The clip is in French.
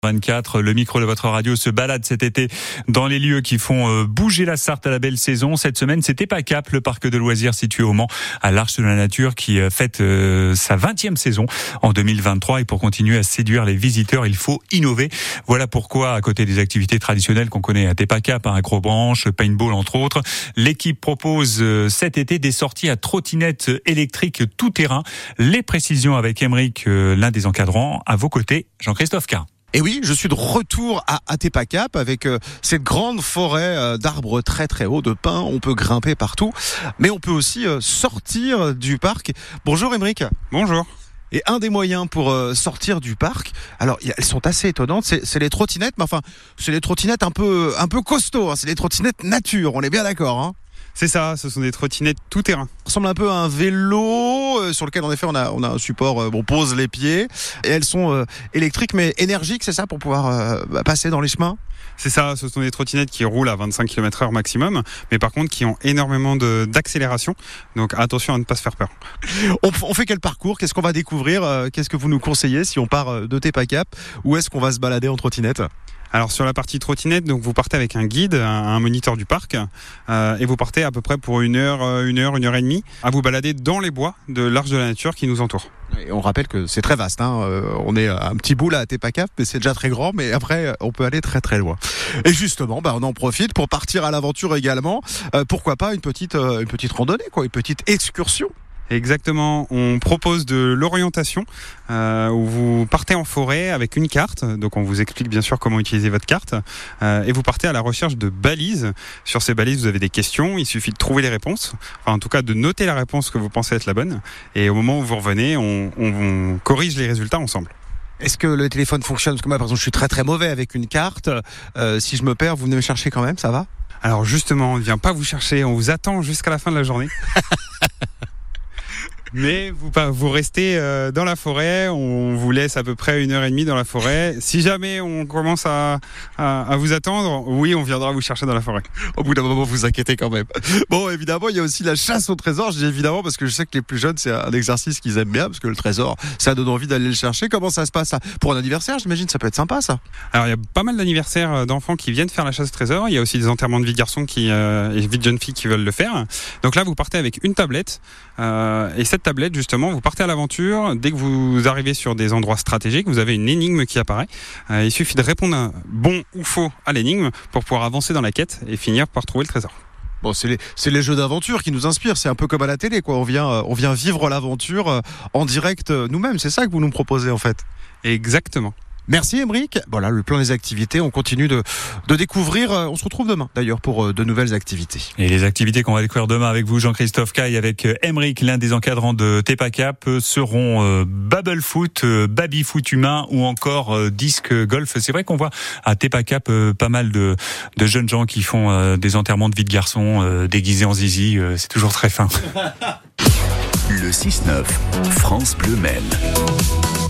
24, le micro de votre radio se balade cet été dans les lieux qui font bouger la Sarthe à la belle saison. Cette semaine, c'était Epacap, le parc de loisirs situé au Mans, à l'Arche de la Nature, qui fête sa 20e saison en 2023. Et pour continuer à séduire les visiteurs, il faut innover. Voilà pourquoi, à côté des activités traditionnelles qu'on connaît à Epacap, acrobranche, paintball entre autres, l'équipe propose cet été des sorties à trottinettes électriques tout terrain. Les précisions avec Aymeric, l'un des encadrants, à vos côtés, Jean-Christophe Carr. Et oui, je suis de retour à Epacap avec cette grande forêt d'arbres très très hauts, de pins. On peut grimper partout, mais on peut aussi sortir du parc. Bonjour Aymeric. Bonjour. Et un des moyens pour sortir du parc, alors elles sont assez étonnantes, c'est les trottinettes, mais enfin c'est les trottinettes un peu costauds, hein. C'est les trottinettes nature, on est bien d'accord, hein. C'est ça, ce sont des trottinettes tout terrain. Ça ressemble un peu à un vélo sur lequel en effet on a un support, on pose les pieds, et elles sont électriques mais énergiques, c'est ça, pour pouvoir passer dans les chemins? C'est ça, ce sont des trottinettes qui roulent à 25 km/h maximum, mais par contre qui ont énormément d'accélération, donc attention à ne pas se faire peur. On fait quel parcours? Qu'est-ce qu'on va découvrir? Qu'est-ce que vous nous conseillez si on part de Epacap? Où est-ce qu'on va se balader en trottinette? Alors sur la partie trottinette, donc vous partez avec un guide, un moniteur du parc, et vous partez à peu près pour une heure et demie à vous balader dans les bois de l'Arche de la Nature qui nous entoure. Et on rappelle que c'est très vaste, hein. On est un petit bout là à Epacap, mais c'est déjà très grand, mais après on peut aller très très loin. Et justement, on en profite pour partir à l'aventure également. Pourquoi pas une petite randonnée, quoi, une petite excursion. Exactement, on propose de l'orientation où vous partez en forêt avec une carte, donc on vous explique bien sûr comment utiliser votre carte, et vous partez à la recherche de balises. Sur ces balises, vous avez des questions, il suffit de trouver les réponses, enfin en tout cas de noter la réponse que vous pensez être la bonne, et au moment où vous revenez, on corrige les résultats ensemble. Est-ce que le téléphone fonctionne? Parce que moi par exemple je suis très très mauvais avec une carte, si je me perds, vous venez me chercher quand même, ça va? Alors justement, on ne vient pas vous chercher, on vous attend jusqu'à la fin de la journée. Mais vous restez dans la forêt, on vous laisse à peu près 1h30 dans la forêt. Si jamais on commence à vous attendre, oui, on viendra vous chercher dans la forêt. Au bout d'un moment, vous inquiétez quand même. Bon, évidemment, il y a aussi la chasse au trésor. Je dis évidemment parce que je sais que les plus jeunes, c'est un exercice qu'ils aiment bien, parce que le trésor, ça donne envie d'aller le chercher. Comment ça se passe, ça? Pour un anniversaire, j'imagine, ça peut être sympa, ça. Alors, il y a pas mal d'anniversaires d'enfants qui viennent faire la chasse au trésor. Il y a aussi des enterrements de vie de garçons et vie de jeunes filles qui veulent le faire. Donc là, vous partez avec une tablette, et cette tablette, justement, vous partez à l'aventure. Dès que vous arrivez sur des endroits stratégiques, vous avez une énigme qui apparaît. Il suffit de répondre un bon ou faux à l'énigme pour pouvoir avancer dans la quête et finir par trouver le trésor. Bon, c'est les jeux d'aventure qui nous inspirent. C'est un peu comme à la télé, quoi. On vient vivre l'aventure en direct nous-mêmes. C'est ça que vous nous proposez, en fait. Exactement. Merci Aymeric. Voilà, le plan des activités, on continue de découvrir. On se retrouve demain d'ailleurs pour de nouvelles activités. Et les activités qu'on va découvrir demain avec vous, Jean-Christophe Caille, avec Aymeric, l'un des encadrants de Epacap, seront Babble Foot, Baby Foot humain ou encore disque golf. C'est vrai qu'on voit à Epacap pas mal de jeunes gens qui font des enterrements de vie de garçons déguisés en zizi. C'est toujours très fin. Le 6-9, France Bleu Maine.